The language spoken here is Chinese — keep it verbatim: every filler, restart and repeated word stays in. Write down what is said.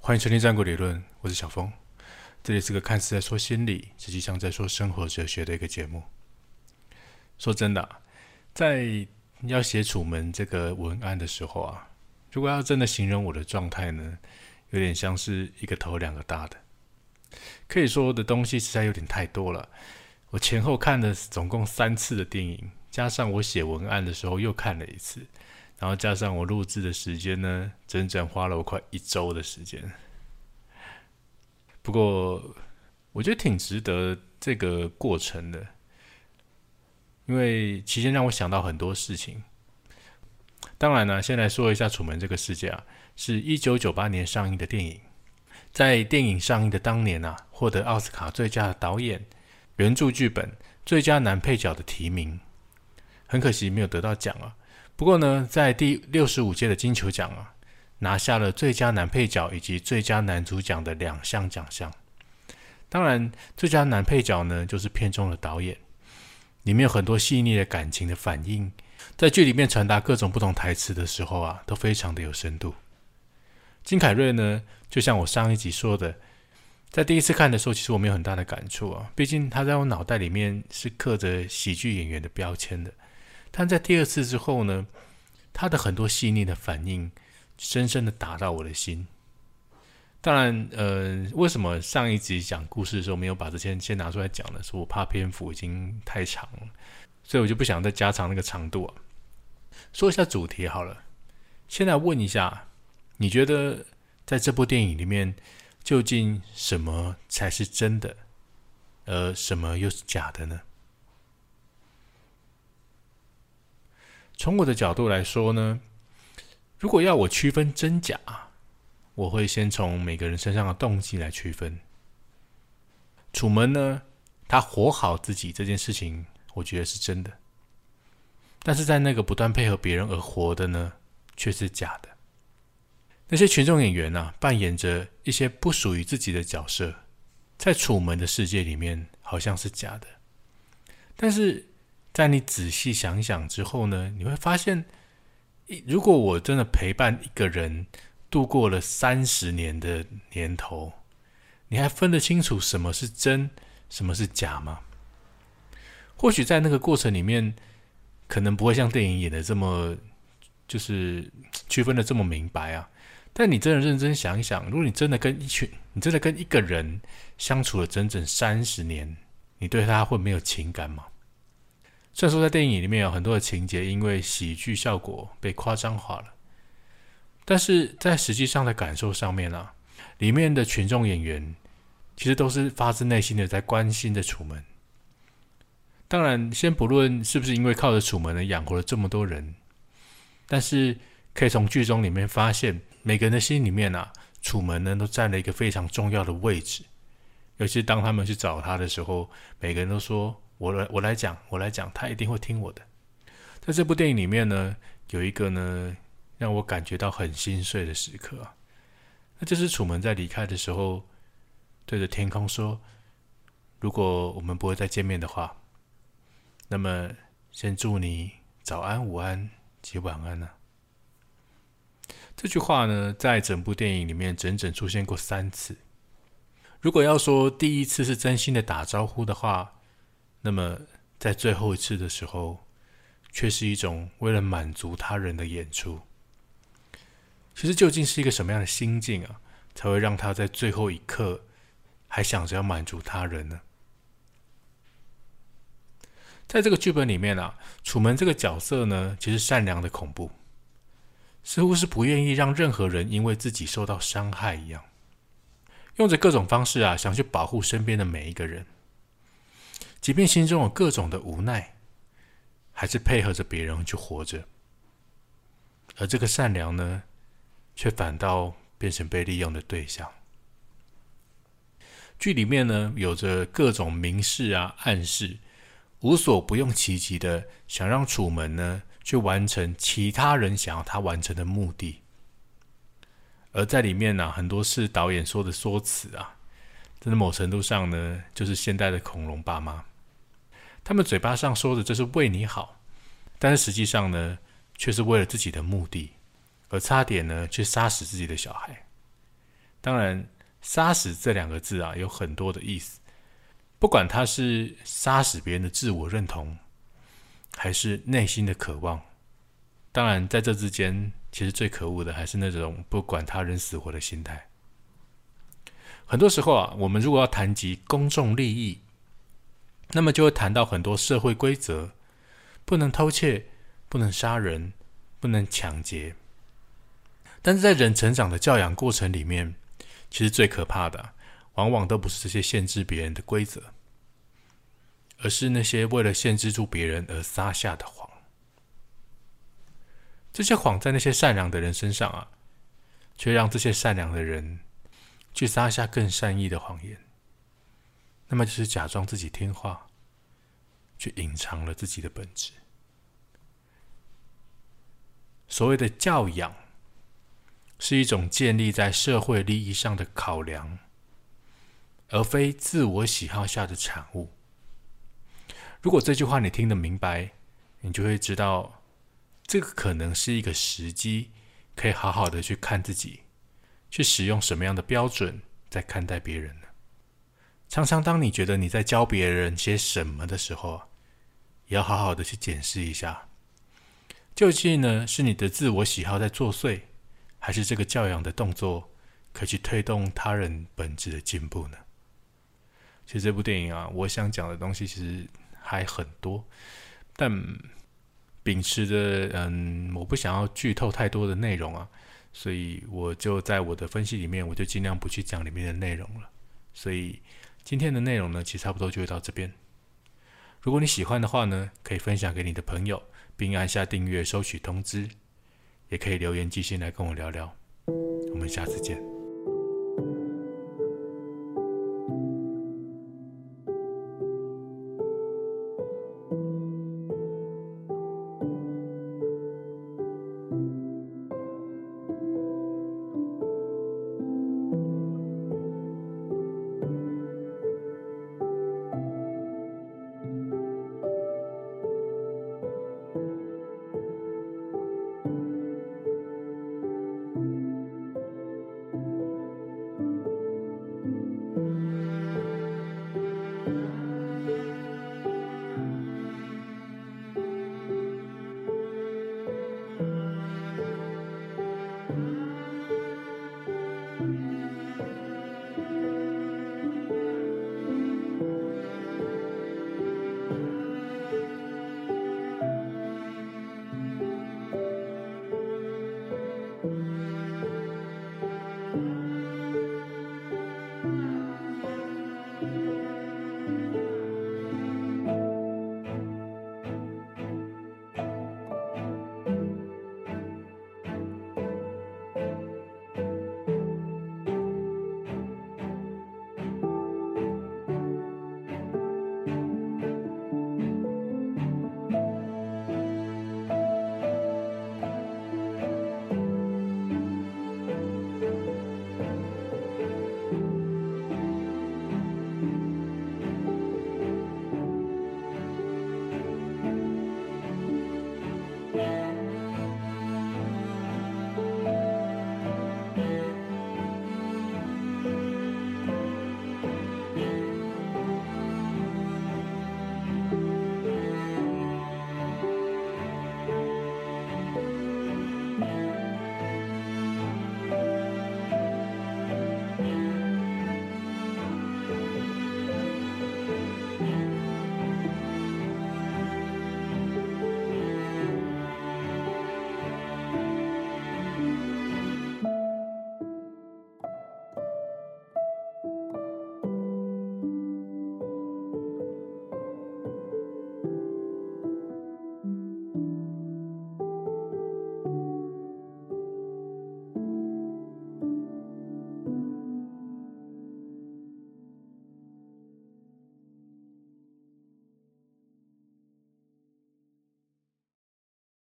欢迎收听战国理论，我是小峰。这里是个看似在说心理，实际上在说生活哲学的一个节目。说真的、啊，在要写楚门这个文案的时候啊，如果要真的形容我的状态呢，有点像是一个头两个大的。可以说的东西实在有点太多了。我前后看了总共三次的电影，加上我写文案的时候又看了一次。然后加上我录制的时间呢，整整花了我快一周的时间。不过，我觉得挺值得这个过程的，因为期间让我想到很多事情。当然呢，先来说一下《楚门这个世界》啊，是一九九八年上映的电影，在电影上映的当年啊，获得奥斯卡最佳导演、原著剧本、最佳男配角的提名，很可惜没有得到奖啊。不过呢，在第六十五届的金球奖啊，拿下了最佳男配角以及最佳男主角的两项奖项。当然，最佳男配角呢，就是片中的导演，里面有很多细腻的感情的反应，在剧里面传达各种不同台词的时候啊，都非常的有深度。金凯瑞呢，就像我上一集说的，在第一次看的时候，其实我没有很大的感触啊，毕竟他在我脑袋里面是刻着喜剧演员的标签的。但在第二次之后呢，他的很多细腻的反应深深的打到我的心。当然呃，为什么上一集讲故事的时候没有把这些先拿出来讲呢？是我怕篇幅已经太长了，所以我就不想再加长那个长度啊。说一下主题好了，先来问一下，你觉得在这部电影里面究竟什么才是真的，而什么又是假的呢？从我的角度来说呢，如果要我区分真假，我会先从每个人身上的动机来区分。楚门呢，他活好自己这件事情，我觉得是真的，但是在那个不断配合别人而活的呢，却是假的。那些群众演员啊，扮演着一些不属于自己的角色，在楚门的世界里面好像是假的，但是在你仔细想想之后呢，你会发现，如果我真的陪伴一个人度过了三十年的年头，你还分得清楚什么是真，什么是假吗？或许在那个过程里面，可能不会像电影演的这么，就是区分的这么明白啊。但你真的认真想一想，如果你真的跟一群，你真的跟一个人相处了整整三十年，你对他会没有情感吗？虽然说在电影里面有很多的情节因为喜剧效果被夸张化了，但是在实际上的感受上面啊，里面的群众演员其实都是发自内心的在关心着楚门。当然先不论是不是因为靠着楚门而养活了这么多人，但是可以从剧中里面发现，每个人的心里面啊，楚门呢都占了一个非常重要的位置。尤其是当他们去找他的时候，每个人都说我来我来讲我来讲他一定会听我的。在这部电影里面呢，有一个呢让我感觉到很心碎的时刻啊，那就是楚门在离开的时候对着天空说，如果我们不会再见面的话，那么先祝你早安午安及晚安啊。这句话呢，在整部电影里面整整出现过三次。如果要说第一次是真心的打招呼的话，那么在最后一次的时候，却是一种为了满足他人的演出。其实究竟是一个什么样的心境啊，才会让他在最后一刻还想着要满足他人呢？在这个剧本里面啊，楚门这个角色呢，其实善良的恐怖，似乎是不愿意让任何人因为自己受到伤害一样，用着各种方式啊，想去保护身边的每一个人，即便心中有各种的无奈，还是配合着别人去活着。而这个善良呢，却反倒变成被利用的对象。剧里面呢，有着各种明示啊、暗示，无所不用其极的想让楚门呢去完成其他人想要他完成的目的。而在里面啊，很多是导演说的说辞啊，真的某程度上呢，就是现代的恐龙爸妈。他们嘴巴上说的这是为你好，但是实际上呢，却是为了自己的目的，而差点呢去杀死自己的小孩。当当然，杀死这两个字啊，有很多的意思。不管它是杀死别人的自我认同，还是内心的渴望。当然，在这之间，其实最可恶的还是那种不管他人死活的心态。很多时候啊，我们如果要谈及公众利益，那么就会谈到很多社会规则，不能偷窃，不能杀人，不能抢劫。但是在人成长的教养过程里面，其实最可怕的，往往都不是这些限制别人的规则，而是那些为了限制住别人而撒下的谎。这些谎在那些善良的人身上啊，却让这些善良的人去撒下更善意的谎言。那么就是假装自己听话，却隐藏了自己的本质。所谓的教养，是一种建立在社会利益上的考量，而非自我喜好下的产物。如果这句话你听得明白，你就会知道，这个可能是一个时机，可以好好的去看自己，去使用什么样的标准在看待别人呢？常常当你觉得你在教别人些什么的时候，也要好好的去检视一下，究竟呢是你的自我喜好在作祟，还是这个教养的动作可以去推动他人本质的进步呢？其实这部电影啊，我想讲的东西其实还很多，但秉持着嗯，我不想要剧透太多的内容啊，所以我就在我的分析里面，我就尽量不去讲里面的内容了。所以今天的内容呢，其实差不多就会到这边。如果你喜欢的话呢，可以分享给你的朋友，并按下订阅收取通知，也可以留言寄信来跟我聊聊。我们下次见。